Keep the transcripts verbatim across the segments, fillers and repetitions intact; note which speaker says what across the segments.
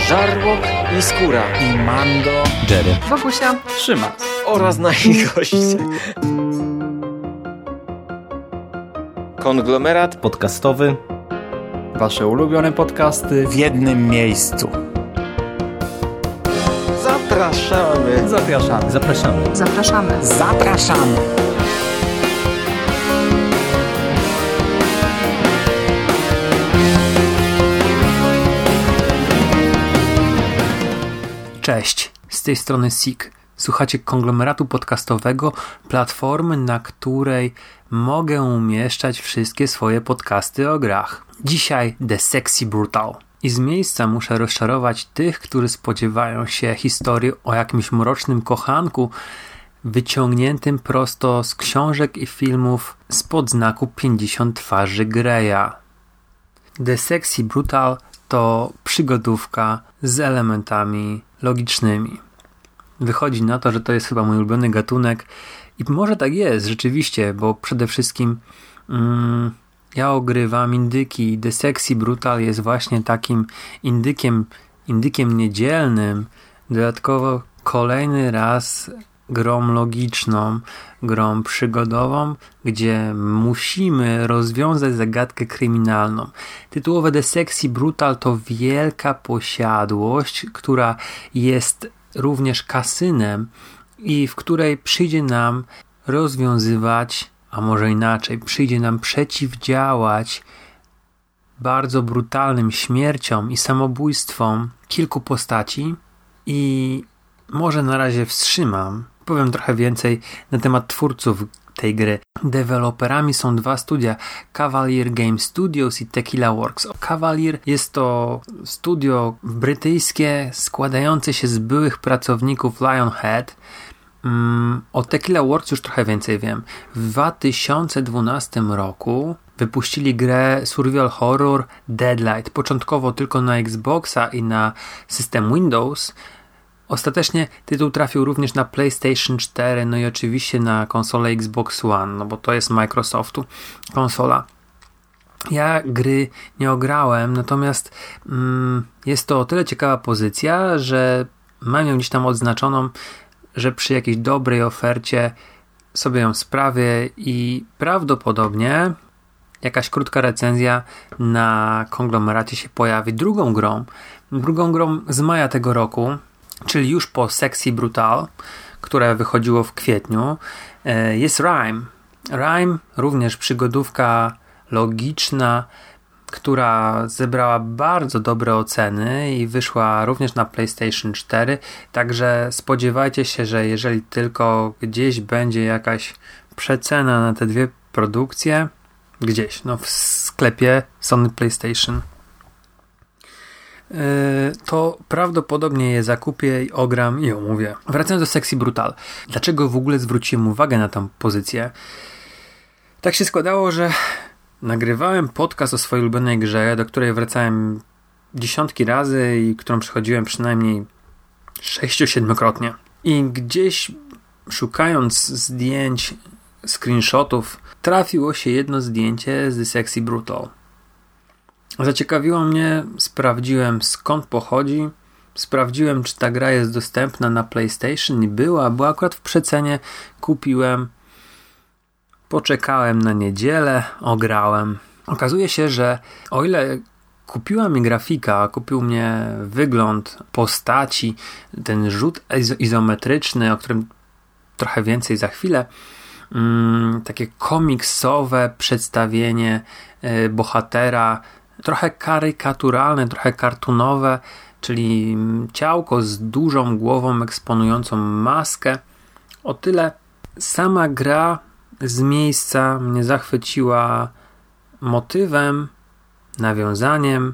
Speaker 1: Żarłok i Skóra
Speaker 2: i Mando,
Speaker 3: Jerry,
Speaker 4: Bogusia,
Speaker 2: Szymas
Speaker 1: oraz nasi goście. Konglomerat
Speaker 3: podcastowy.
Speaker 2: Wasze ulubione podcasty w jednym miejscu.
Speaker 1: Zapraszamy.
Speaker 2: Zapraszamy.
Speaker 3: Zapraszamy.
Speaker 4: zapraszamy.
Speaker 2: Zapraszamy.
Speaker 5: Cześć, z tej strony Sik. Słuchacie konglomeratu podcastowego, platformy, na której mogę umieszczać wszystkie swoje podcasty o grach. Dzisiaj The Sexy Brutal. I z miejsca muszę rozczarować tych, którzy spodziewają się historii o jakimś mrocznym kochanku wyciągniętym prosto z książek i filmów spod znaku pięćdziesiąt twarzy Greya. The Sexy Brutal to przygodówka z elementami logicznymi. Wychodzi na to, że to jest chyba mój ulubiony gatunek i może tak jest, rzeczywiście, bo przede wszystkim mm, ja ogrywam indyki. The Sexy Brutal jest właśnie takim indykiem, indykiem niedzielnym, dodatkowo kolejny raz grą logiczną, grą przygodową, gdzie musimy rozwiązać zagadkę kryminalną. Tytułowe The Sexy Brutal to wielka posiadłość, która jest również kasynem i w której przyjdzie nam rozwiązywać, a może inaczej, przyjdzie nam przeciwdziałać bardzo brutalnym śmierciom i samobójstwom kilku postaci i może na razie wstrzymam. Powiem trochę więcej na temat twórców tej gry. Deweloperami są dwa studia, Cavalier Game Studios i Tequila Works. Cavalier jest to studio brytyjskie składające się z byłych pracowników Lionhead. Um, o Tequila Works już trochę więcej wiem. W dwa tysiące dwunastym roku wypuścili grę survival horror Deadlight. Początkowo tylko na Xboxa i na system Windows. Ostatecznie tytuł trafił również na PlayStation cztery, no i oczywiście na konsolę Xbox One, no bo to jest Microsoftu konsola. Ja gry nie ograłem, natomiast mm, jest to o tyle ciekawa pozycja, że mam ją gdzieś tam odznaczoną, że przy jakiejś dobrej ofercie sobie ją sprawię i prawdopodobnie jakaś krótka recenzja na konglomeracie się pojawi. Drugą grą, drugą grą z maja tego roku, czyli już po Sexy Brutal, które wychodziło w kwietniu, jest Rime. Rime, również przygodówka logiczna, która zebrała bardzo dobre oceny i wyszła również na PlayStation cztery, także spodziewajcie się, że jeżeli tylko gdzieś będzie jakaś przecena na te dwie produkcje, gdzieś, no w sklepie Sony PlayStation, to prawdopodobnie je zakupię i ogram i omówię. Wracając do Sexy Brutal. Dlaczego w ogóle zwróciłem uwagę na tę pozycję? Tak się składało, że nagrywałem podcast o swojej ulubionej grze, do której wracałem dziesiątki razy i którą przechodziłem przynajmniej sześciu-siedmiokrotnie. I gdzieś szukając zdjęć, screenshotów, trafiło się jedno zdjęcie z The Sexy Brutal. Zaciekawiło mnie, sprawdziłem skąd pochodzi, sprawdziłem czy ta gra jest dostępna na PlayStation i była, była akurat w przecenie, kupiłem, poczekałem na niedzielę, ograłem. Okazuje się, że o ile kupiła mi grafika, kupił mnie wygląd postaci, ten rzut iz- izometryczny, o którym trochę więcej za chwilę, mm, takie komiksowe przedstawienie y, bohatera, trochę karykaturalne, trochę kartunowe, czyli ciałko z dużą głową eksponującą maskę. O tyle sama gra z miejsca mnie zachwyciła motywem, nawiązaniem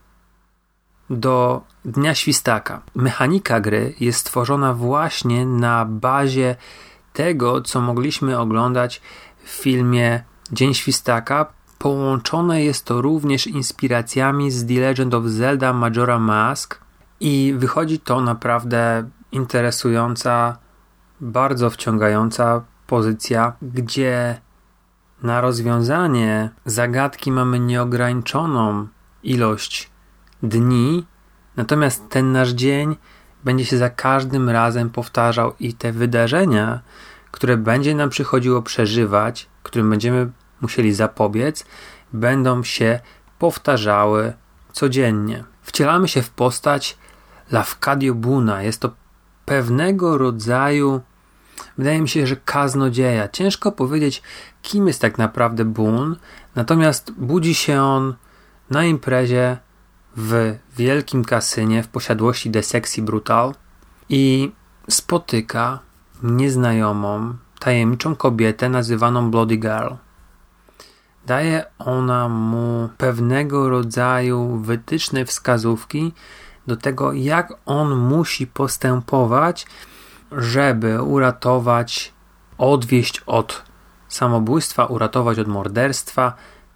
Speaker 5: do Dnia Świstaka. Mechanika gry jest stworzona właśnie na bazie tego, co mogliśmy oglądać w filmie Dzień Świstaka. Połączone jest to również inspiracjami z The Legend of Zelda Majora Mask i wychodzi to naprawdę interesująca, bardzo wciągająca pozycja, gdzie na rozwiązanie zagadki mamy nieograniczoną ilość dni, Natomiast ten nasz dzień będzie się za każdym razem powtarzał i te wydarzenia, które będzie nam przychodziło przeżywać, którym będziemy musieli zapobiec, będą się powtarzały codziennie. Wcielamy się w postać Lafcadio Boona. Jest to pewnego rodzaju, wydaje mi się, że kaznodzieja. Ciężko powiedzieć, kim jest tak naprawdę Boone, natomiast budzi się on na imprezie w wielkim kasynie w posiadłości The Sexy Brutal i spotyka nieznajomą, tajemniczą kobietę nazywaną Bloody Girl. Daje ona mu pewnego rodzaju wytyczne, wskazówki do tego, jak on musi postępować, żeby uratować, odwieść od samobójstwa, uratować od morderstwa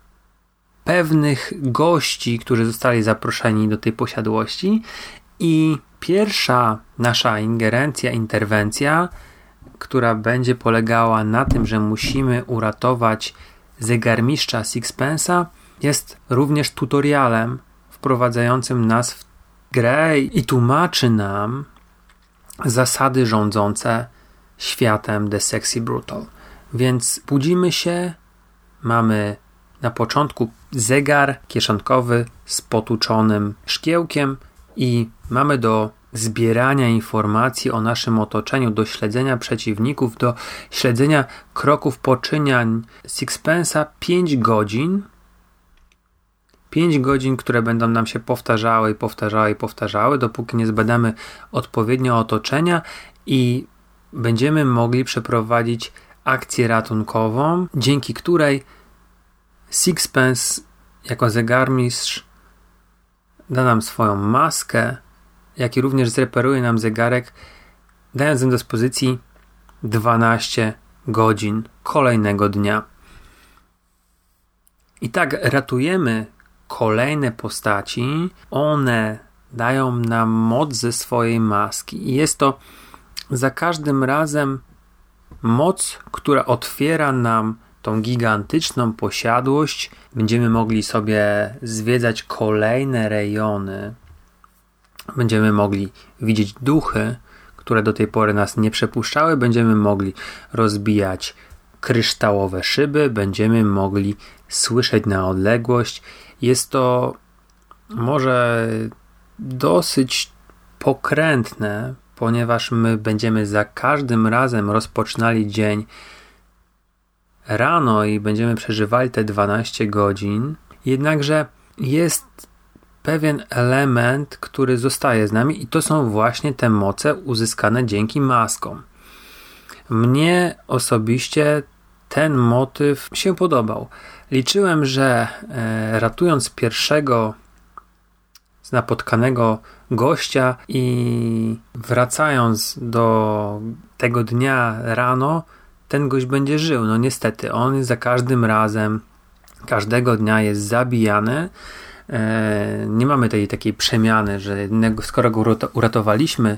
Speaker 5: pewnych gości, którzy zostali zaproszeni do tej posiadłości. I pierwsza nasza ingerencja, interwencja, która będzie polegała na tym, że musimy uratować zegarmistrza Sixpensa, jest również tutorialem wprowadzającym nas w grę i tłumaczy nam zasady rządzące światem The Sexy Brutal. Więc budzimy się, mamy na początku zegar kieszonkowy z potłuczonym szkiełkiem i mamy do zbierania informacji o naszym otoczeniu, do śledzenia przeciwników, do śledzenia kroków, poczynań Sixpensa pięć godzin. pięć godzin, które będą nam się powtarzały i powtarzały i powtarzały, dopóki nie zbadamy odpowiednio otoczenia i będziemy mogli przeprowadzić akcję ratunkową, dzięki której Sixpence jako zegarmistrz da nam swoją maskę, jak i również zreperuje nam zegarek, dając do dyspozycji dwanaście godzin kolejnego dnia. I tak ratujemy kolejne postaci, one dają nam moc ze swojej maski i jest to za każdym razem moc, która otwiera nam tą gigantyczną posiadłość. Będziemy mogli sobie zwiedzać kolejne rejony. Będziemy mogli widzieć duchy, które do tej pory nas nie przepuszczały. Będziemy mogli rozbijać kryształowe szyby. Będziemy mogli słyszeć na odległość. Jest to może dosyć pokrętne, ponieważ my będziemy za każdym razem rozpoczynali dzień rano i będziemy przeżywali te dwanaście godzin. Jednakże jest pewien element, który zostaje z nami i to są właśnie te moce uzyskane dzięki maskom. Mnie osobiście ten motyw się podobał. Liczyłem, że e, ratując pierwszego napotkanego gościa i wracając do tego dnia rano, ten gość będzie żył. No niestety, on za każdym razem, każdego dnia jest zabijany. E, nie mamy tej takiej przemiany, że jednego, skoro go uratowaliśmy,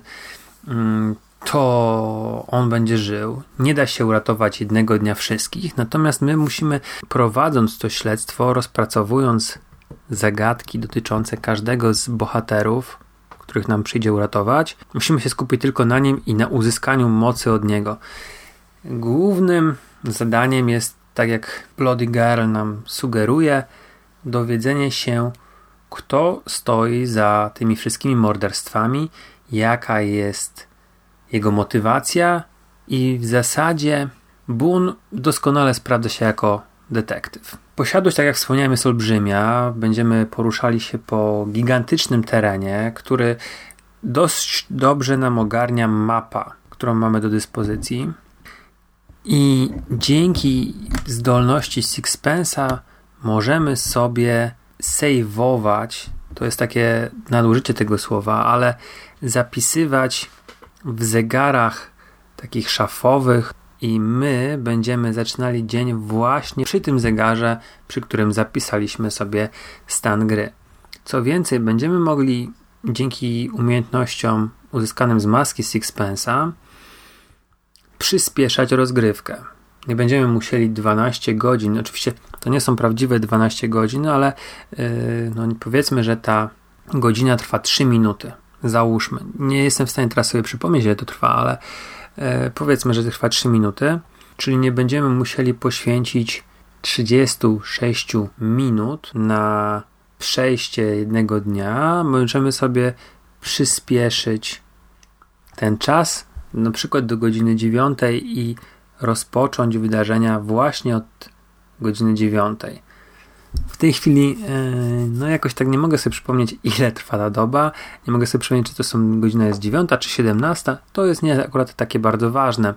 Speaker 5: to on będzie żył. Nie da się uratować jednego dnia wszystkich, natomiast my musimy, prowadząc to śledztwo, rozpracowując zagadki dotyczące każdego z bohaterów, których nam przyjdzie uratować, musimy się skupić tylko na nim i na uzyskaniu mocy od niego. Głównym zadaniem jest, tak jak Bloody Girl nam sugeruje, dowiedzenie się, kto stoi za tymi wszystkimi morderstwami, jaka jest jego motywacja i w zasadzie Boone doskonale sprawdza się jako detektyw. Posiadłość, tak jak wspomniałem, jest olbrzymia. Będziemy poruszali się po gigantycznym terenie, który dość dobrze nam ogarnia mapa, którą mamy do dyspozycji. I dzięki zdolności Sixpensa możemy sobie sejwować, to jest takie nadużycie tego słowa, ale zapisywać w zegarach takich szafowych i my będziemy zaczynali dzień właśnie przy tym zegarze, przy którym zapisaliśmy sobie stan gry. Co więcej, będziemy mogli dzięki umiejętnościom uzyskanym z maski Sixpensa przyspieszać rozgrywkę. Nie będziemy musieli dwanaście godzin, oczywiście to nie są prawdziwe dwanaście godzin, ale yy, no powiedzmy, że ta godzina trwa trzy minuty. Załóżmy. Nie jestem w stanie teraz sobie przypomnieć, ile to trwa, ale e, powiedzmy, że to trwa trzy minuty, czyli nie będziemy musieli poświęcić trzydzieści sześć minut na przejście jednego dnia. Możemy sobie przyspieszyć ten czas, na przykład do godziny dziewiątej i rozpocząć wydarzenia właśnie od godziny dziewiątej. W tej chwili no jakoś tak nie mogę sobie przypomnieć, ile trwa ta doba. Nie mogę sobie przypomnieć, czy to są godzina jest dziewiąta czy siedemnasta. To jest nie akurat takie bardzo ważne.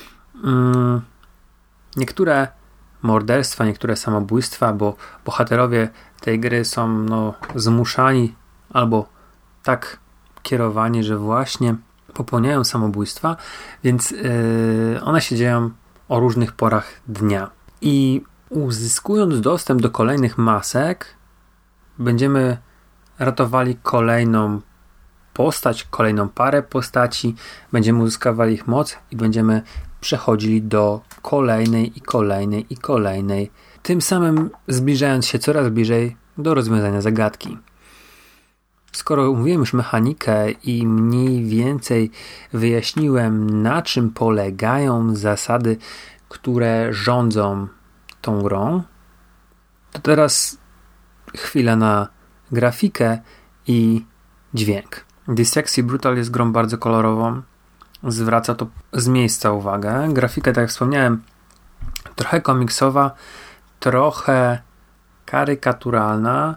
Speaker 5: Niektóre morderstwa, niektóre samobójstwa, bo bohaterowie tej gry są no, zmuszani albo tak kierowani, że właśnie popełniają samobójstwa, więc yy, one się dzieją o różnych porach dnia. I uzyskując dostęp do kolejnych masek, będziemy ratowali kolejną postać, kolejną parę postaci, będziemy uzyskawali ich moc i będziemy przechodzili do kolejnej i kolejnej i kolejnej, tym samym zbliżając się coraz bliżej do rozwiązania zagadki. Skoro mówiłem już mechanikę i mniej więcej wyjaśniłem, na czym polegają zasady, które rządzą tą grą, to teraz chwila na grafikę i dźwięk. Dissexy Brutal jest grą bardzo kolorową. Zwraca to z miejsca uwagę. Grafika, tak jak wspomniałem, trochę komiksowa, trochę karykaturalna.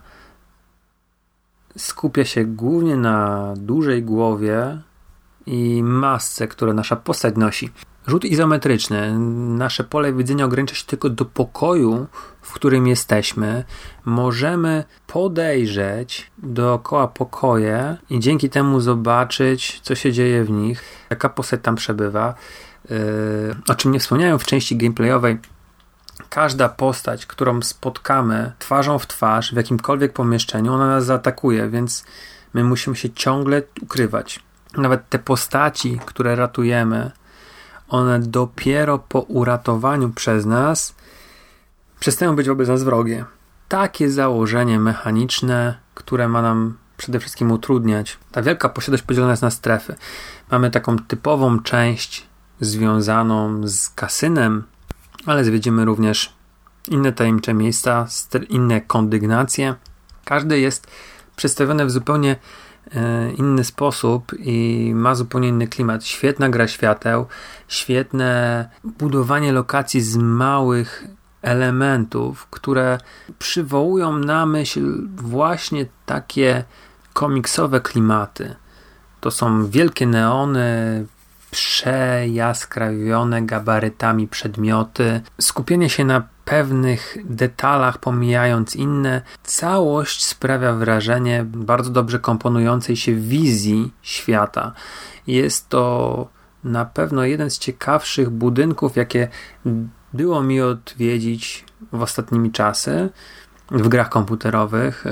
Speaker 5: Skupia się głównie na dużej głowie i masce, które nasza postać nosi. Rzut izometryczny. Nasze pole widzenia ogranicza się tylko do pokoju, w którym jesteśmy. Możemy podejrzeć dookoła pokoje i dzięki temu zobaczyć, co się dzieje w nich, jaka postać tam przebywa. Yy, o czym nie wspomniałem w części gameplayowej. Każda postać, którą spotkamy twarzą w twarz w jakimkolwiek pomieszczeniu, ona nas zaatakuje, więc my musimy się ciągle ukrywać. Nawet te postaci, które ratujemy, one dopiero po uratowaniu przez nas przestają być wobec nas wrogie. Takie założenie mechaniczne, które ma nam przede wszystkim utrudniać. Ta wielka posiadłość podzielona jest na strefy. Mamy taką typową część związaną z kasynem, ale zwiedzimy również inne tajemnicze miejsca, inne kondygnacje. Każdy jest przedstawiony w zupełnie inny sposób i ma zupełnie inny klimat. Świetna gra świateł, świetne budowanie lokacji z małych elementów, które przywołują na myśl właśnie takie komiksowe klimaty. To są wielkie neony, przejaskrawione gabarytami przedmioty, skupienie się na pewnych detalach, pomijając inne. Całość sprawia wrażenie bardzo dobrze komponującej się wizji świata. Jest to na pewno jeden z ciekawszych budynków, jakie było mi odwiedzić w ostatnimi czasy w grach komputerowych.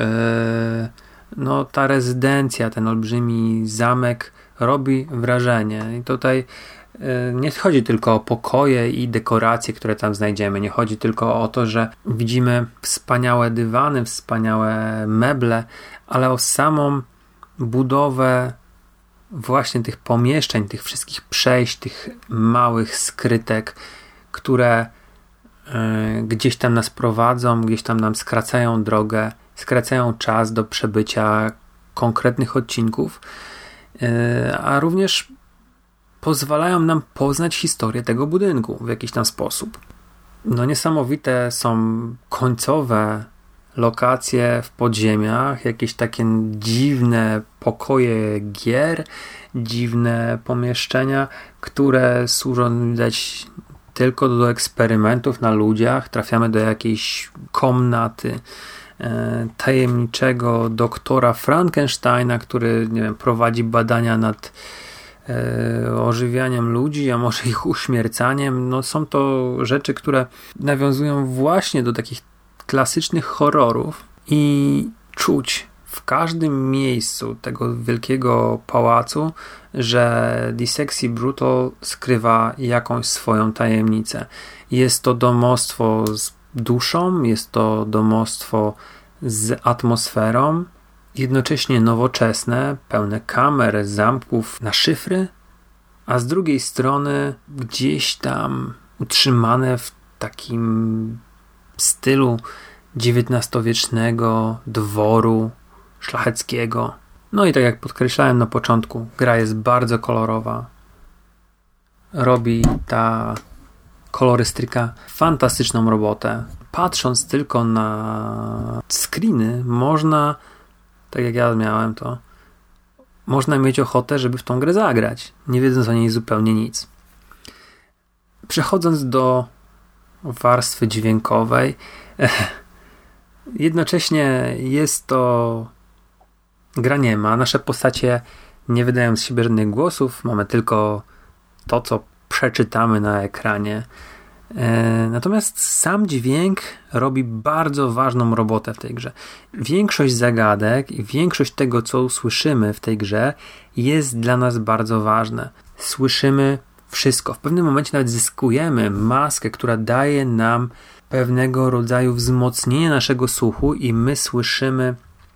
Speaker 5: No, ta rezydencja, ten olbrzymi zamek robi wrażenie. I tutaj nie chodzi tylko o pokoje i dekoracje, które tam znajdziemy. Nie chodzi tylko o to, że widzimy wspaniałe dywany, wspaniałe meble, ale o samą budowę właśnie tych pomieszczeń, tych wszystkich przejść, tych małych skrytek, które gdzieś tam nas prowadzą, gdzieś tam nam skracają drogę, skracają czas do przebycia konkretnych odcinków, a również pozwalają nam poznać historię tego budynku w jakiś tam sposób. No niesamowite są końcowe lokacje w podziemiach, jakieś takie dziwne pokoje gier, dziwne pomieszczenia, które służą, widać, tylko do eksperymentów na ludziach. Trafiamy do jakiejś komnaty e, tajemniczego doktora Frankensteina, który, nie wiem, prowadzi badania nad e, ożywianiem ludzi, a może ich uśmiercaniem. No, są to rzeczy, które nawiązują właśnie do takich klasycznych horrorów i czuć w każdym miejscu tego wielkiego pałacu, że Dissexy Brutal skrywa jakąś swoją tajemnicę. Jest to domostwo z duszą, jest to domostwo z atmosferą, jednocześnie nowoczesne, pełne kamer, zamków na szyfry, a z drugiej strony gdzieś tam utrzymane w takim stylu dziewiętnastowiecznego dworu szlacheckiego. No i tak jak podkreślałem na początku, gra jest bardzo kolorowa. Robi ta kolorystyka fantastyczną robotę. Patrząc tylko na screeny, można, tak jak ja miałem to, można mieć ochotę, żeby w tą grę zagrać, nie wiedząc o niej zupełnie nic. Przechodząc do warstwy dźwiękowej, jednocześnie jest to gra nie ma. Nasze postacie nie wydają z siebie żadnych głosów, mamy tylko to, co przeczytamy na ekranie. Natomiast sam dźwięk robi bardzo ważną robotę w tej grze. Większość zagadek i większość tego, co usłyszymy w tej grze, jest dla nas bardzo ważne. Słyszymy wszystko. W pewnym momencie nawet zyskujemy maskę, która daje nam pewnego rodzaju wzmocnienie naszego słuchu i my słyszymy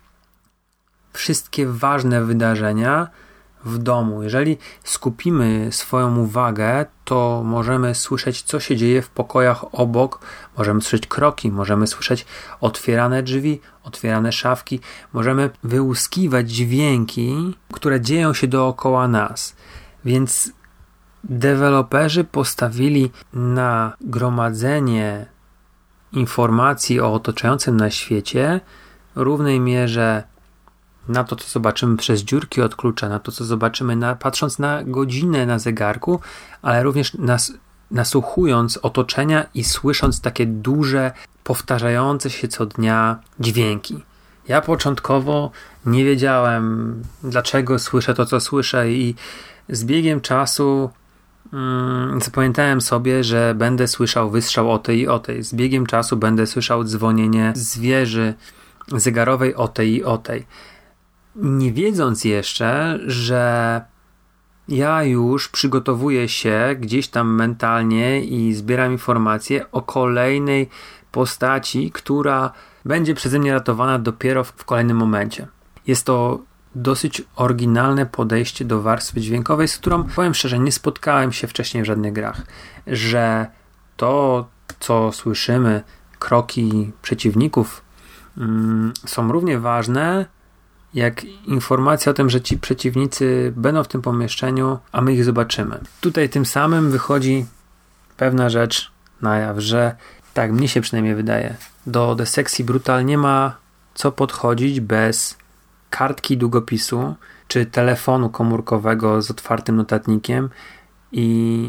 Speaker 5: wszystkie ważne wydarzenia w domu. Jeżeli skupimy swoją uwagę, to możemy słyszeć, co się dzieje w pokojach obok, możemy słyszeć kroki, możemy słyszeć otwierane drzwi, otwierane szafki, możemy wyłuskiwać dźwięki, które dzieją się dookoła nas. Więc deweloperzy postawili na gromadzenie informacji o otaczającym nas świecie w równej mierze na to, co zobaczymy przez dziurki od klucza, na to, co zobaczymy na, patrząc na godzinę na zegarku, ale również nas, nasłuchując otoczenia i słysząc takie duże, powtarzające się co dnia dźwięki. Ja początkowo nie wiedziałem, dlaczego słyszę to, co słyszę i z biegiem czasu mm, zapamiętałem sobie, że będę słyszał wystrzał o tej i o tej. Z biegiem czasu będę słyszał dzwonienie zwierzy zegarowej o tej i o tej. Nie wiedząc jeszcze, że ja już przygotowuję się gdzieś tam mentalnie i zbieram informacje o kolejnej postaci, która będzie przeze mnie ratowana dopiero w kolejnym momencie. Jest to dosyć oryginalne podejście do warstwy dźwiękowej, z którą, powiem szczerze, nie spotkałem się wcześniej w żadnych grach, że to, co słyszymy, kroki przeciwników mm, są równie ważne, jak informacja o tym, że ci przeciwnicy będą w tym pomieszczeniu, a my ich zobaczymy. Tutaj tym samym wychodzi pewna rzecz na jaw, że tak, mnie się przynajmniej wydaje, do The Sexy Brutal nie ma co podchodzić bez kartki długopisu, czy telefonu komórkowego z otwartym notatnikiem i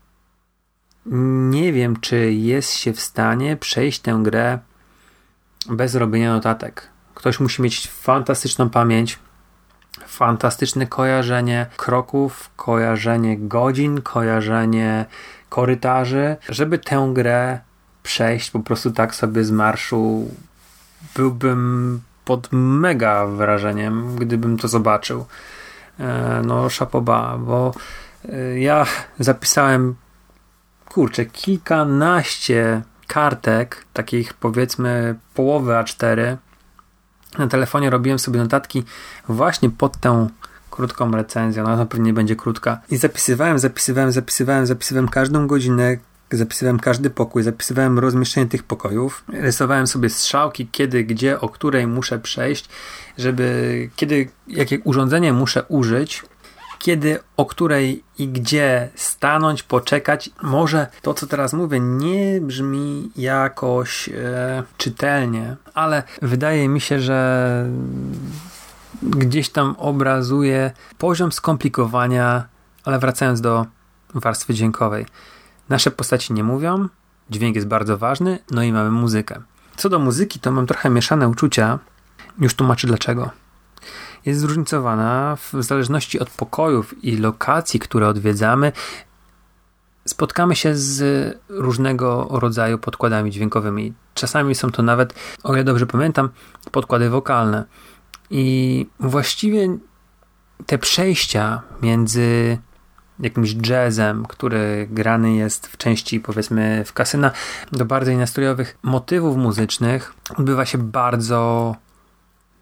Speaker 5: nie wiem, czy jest się w stanie przejść tę grę bez robienia notatek. Ktoś musi mieć fantastyczną pamięć, fantastyczne kojarzenie kroków, kojarzenie godzin, kojarzenie korytarzy, żeby tę grę przejść po prostu tak sobie z marszu. Byłbym pod mega wrażeniem, gdybym to zobaczył. No, szapoba, bo ja zapisałem kurczę, kilkanaście kartek, takich powiedzmy połowy A cztery. Na telefonie robiłem sobie notatki właśnie pod tę krótką recenzją, ona pewnie będzie krótka. I zapisywałem, zapisywałem, zapisywałem, zapisywałem każdą godzinę, zapisywałem każdy pokój, zapisywałem rozmieszczenie tych pokojów, rysowałem sobie strzałki, kiedy, gdzie, o której muszę przejść, żeby, kiedy, jakie urządzenie muszę użyć, kiedy, o której i gdzie stanąć, poczekać. Może to, co teraz mówię, nie brzmi jakoś e, czytelnie, ale wydaje mi się, że gdzieś tam obrazuje poziom skomplikowania, ale wracając do warstwy dźwiękowej. Nasze postaci nie mówią, dźwięk jest bardzo ważny, no i mamy muzykę. Co do muzyki, to mam trochę mieszane uczucia. Już tłumaczę dlaczego. Jest zróżnicowana w zależności od pokojów i lokacji, które odwiedzamy. Spotkamy się z różnego rodzaju podkładami dźwiękowymi. Czasami są to nawet, o ile dobrze pamiętam, podkłady wokalne. I właściwie te przejścia między jakimś jazzem, który grany jest w części, powiedzmy, w kasyna, do bardziej nastrojowych motywów muzycznych odbywa się bardzo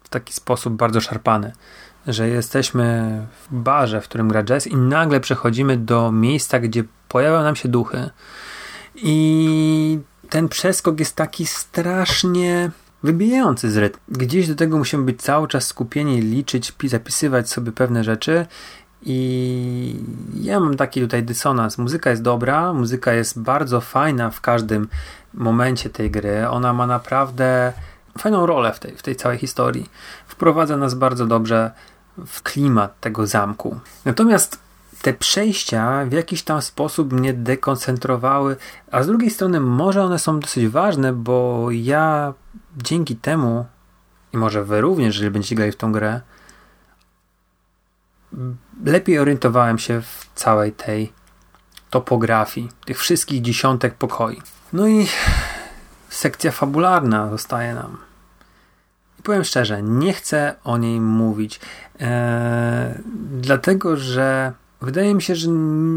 Speaker 5: w taki sposób bardzo szarpany, że jesteśmy w barze, w którym gra jazz i nagle przechodzimy do miejsca, gdzie pojawiają nam się duchy i ten przeskok jest taki strasznie wybijający z rytmu. Gdzieś do tego musimy być cały czas skupieni, liczyć, zapisywać sobie pewne rzeczy i ja mam taki tutaj dysonans. Muzyka jest dobra, muzyka jest bardzo fajna w każdym momencie tej gry. Ona ma naprawdę fajną rolę w tej, w tej całej historii. Wprowadza nas bardzo dobrze w klimat tego zamku. Natomiast te przejścia w jakiś tam sposób mnie dekoncentrowały, a z drugiej strony może one są dosyć ważne, bo ja dzięki temu, i może wy również, jeżeli będziecie grali w tą grę, lepiej orientowałem się w całej tej topografii, tych wszystkich dziesiątek pokoi. No i sekcja fabularna zostaje nam. I powiem szczerze, nie chcę o niej mówić, eee, dlatego, że wydaje mi się, że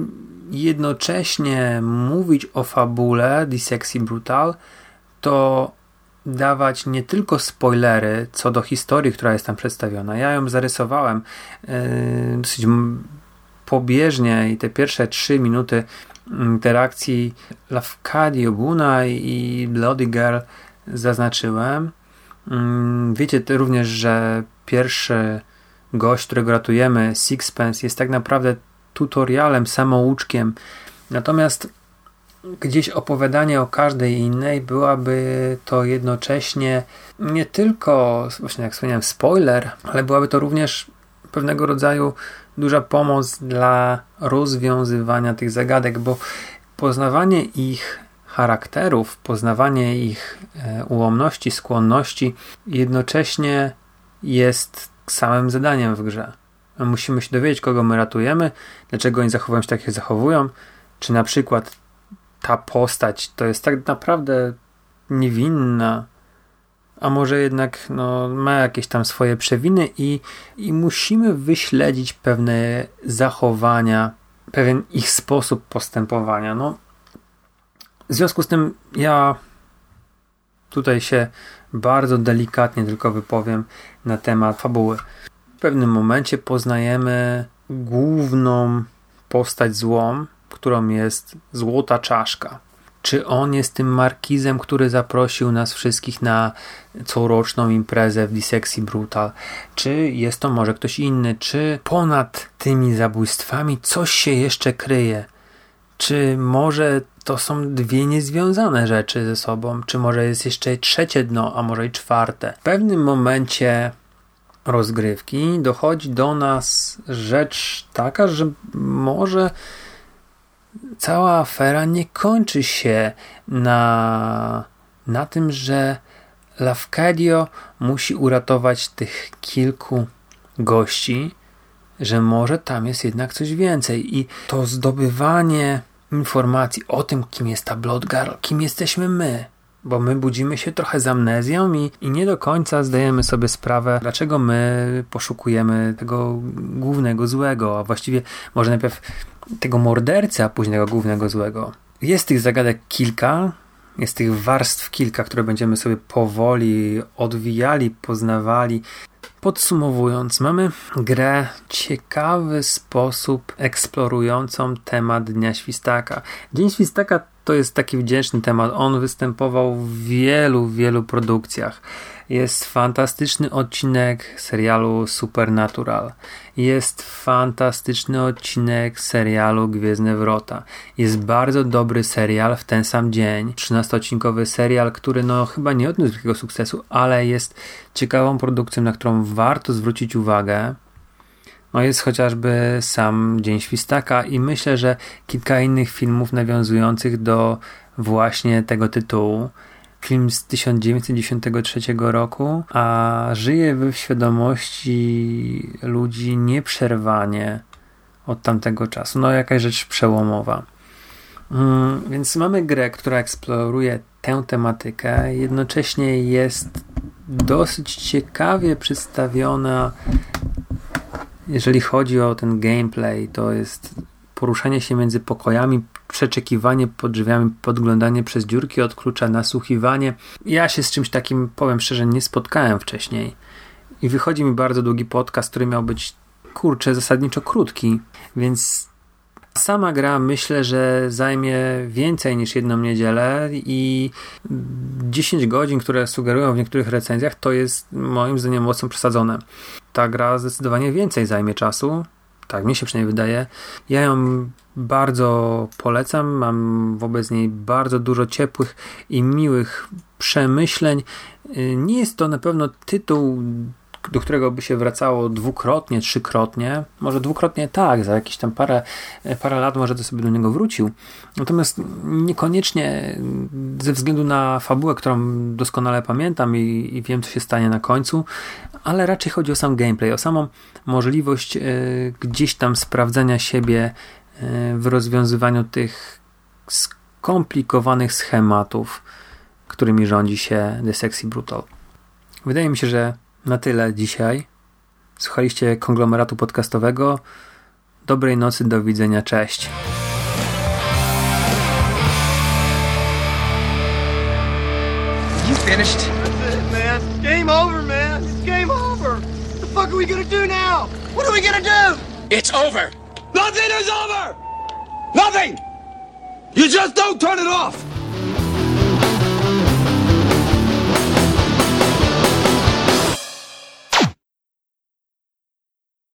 Speaker 5: jednocześnie mówić o fabule The Sexy Brutal to dawać nie tylko spoilery co do historii, która jest tam przedstawiona. Ja ją zarysowałem yy, dosyć pobieżnie i te pierwsze trzy minuty interakcji Lafcadio Buna i Bloody Girl zaznaczyłem. Yy, wiecie również, że pierwszy gość, którego ratujemy, Sixpence, jest tak naprawdę tutorialem, samouczkiem. Natomiast gdzieś opowiadanie o każdej innej byłaby to jednocześnie nie tylko, właśnie jak wspomniałem, spoiler, ale byłaby to również pewnego rodzaju duża pomoc dla rozwiązywania tych zagadek, bo poznawanie ich charakterów, poznawanie ich e, ułomności, skłonności jednocześnie jest samym zadaniem w grze. Musimy się dowiedzieć, kogo my ratujemy, dlaczego oni zachowują się tak, jak zachowują, czy na przykład ta postać to jest tak naprawdę niewinna, a może jednak no, ma jakieś tam swoje przewiny i, i musimy wyśledzić pewne zachowania, pewien ich sposób postępowania. No, w związku z tym ja tutaj się bardzo delikatnie tylko wypowiem na temat fabuły. W pewnym momencie poznajemy główną postać złą, którą jest Złota Czaszka. Czy on jest tym markizem, który zaprosił nas wszystkich na coroczną imprezę w The Sexy Brutal? Czy jest to może ktoś inny? Czy ponad tymi zabójstwami coś się jeszcze kryje? Czy może to są dwie niezwiązane rzeczy ze sobą? Czy może jest jeszcze trzecie dno, a może i czwarte? W pewnym momencie rozgrywki dochodzi do nas rzecz taka, że może cała afera nie kończy się na, na tym, że Lafcadio musi uratować tych kilku gości, że może tam jest jednak coś więcej i to zdobywanie informacji o tym, kim jest ta Blood Girl, kim jesteśmy my, bo my budzimy się trochę z amnezją i, i nie do końca zdajemy sobie sprawę, dlaczego my poszukujemy tego głównego złego, a właściwie może najpierw tego mordercy, a później tego głównego złego. Jest tych zagadek kilka, jest tych warstw kilka, które będziemy sobie powoli odwijali, poznawali. Podsumowując, mamy grę w ciekawy sposób eksplorującą temat Dnia Świstaka. Dzień Świstaka to jest taki wdzięczny temat. On występował w wielu, wielu produkcjach. Jest fantastyczny odcinek serialu Supernatural. Jest fantastyczny odcinek serialu Gwiezdne Wrota. Jest bardzo dobry serial w ten sam dzień. trzynastoodcinkowy serial, który no chyba nie odniósł takiego sukcesu, ale jest ciekawą produkcją, na którą warto zwrócić uwagę. No jest chociażby sam Dzień Świstaka i myślę, że kilka innych filmów nawiązujących do właśnie tego tytułu. Film z tysiąc dziewięćset dziewięćdziesiątego trzeciego roku, a żyje w świadomości ludzi nieprzerwanie od tamtego czasu. No jakaś rzecz przełomowa. Hmm, więc mamy grę, która eksploruje tę tematykę. Jednocześnie jest dosyć ciekawie przedstawiona. Jeżeli chodzi o ten gameplay, to jest poruszanie się między pokojami, przeczekiwanie pod drzwiami, podglądanie przez dziurki od klucza, nasłuchiwanie. Ja się z czymś takim, powiem szczerze, nie spotkałem wcześniej i wychodzi mi bardzo długi podcast, który miał być, kurczę, zasadniczo krótki, więc sama gra myślę, że zajmie więcej niż jedną niedzielę i dziesięć godzin, które sugerują w niektórych recenzjach, to jest moim zdaniem mocno przesadzone. Ta gra zdecydowanie więcej zajmie czasu, tak mi się przynajmniej wydaje. Ja ją bardzo polecam, mam wobec niej bardzo dużo ciepłych i miłych przemyśleń. Nie jest to na pewno tytuł, do którego by się wracało dwukrotnie, trzykrotnie, może dwukrotnie tak, za jakieś tam parę, parę lat może to sobie do niego wrócił. Natomiast niekoniecznie ze względu na fabułę, którą doskonale pamiętam i, i wiem, co się stanie na końcu, ale raczej chodzi o sam gameplay, o samą możliwość y, gdzieś tam sprawdzania siebie y, w rozwiązywaniu tych skomplikowanych schematów, którymi rządzi się The Sexy Brutal. Wydaje mi się, że na tyle dzisiaj. Słuchaliście konglomeratu podcastowego. Dobrej nocy, do widzenia, cześć.
Speaker 3: You finished? That's it, man. It's game over, man. It's game over. What the fuck are we gonna do now? What are we gonna do?
Speaker 4: It's over. Nothing is over. Nothing. You just don't turn it off.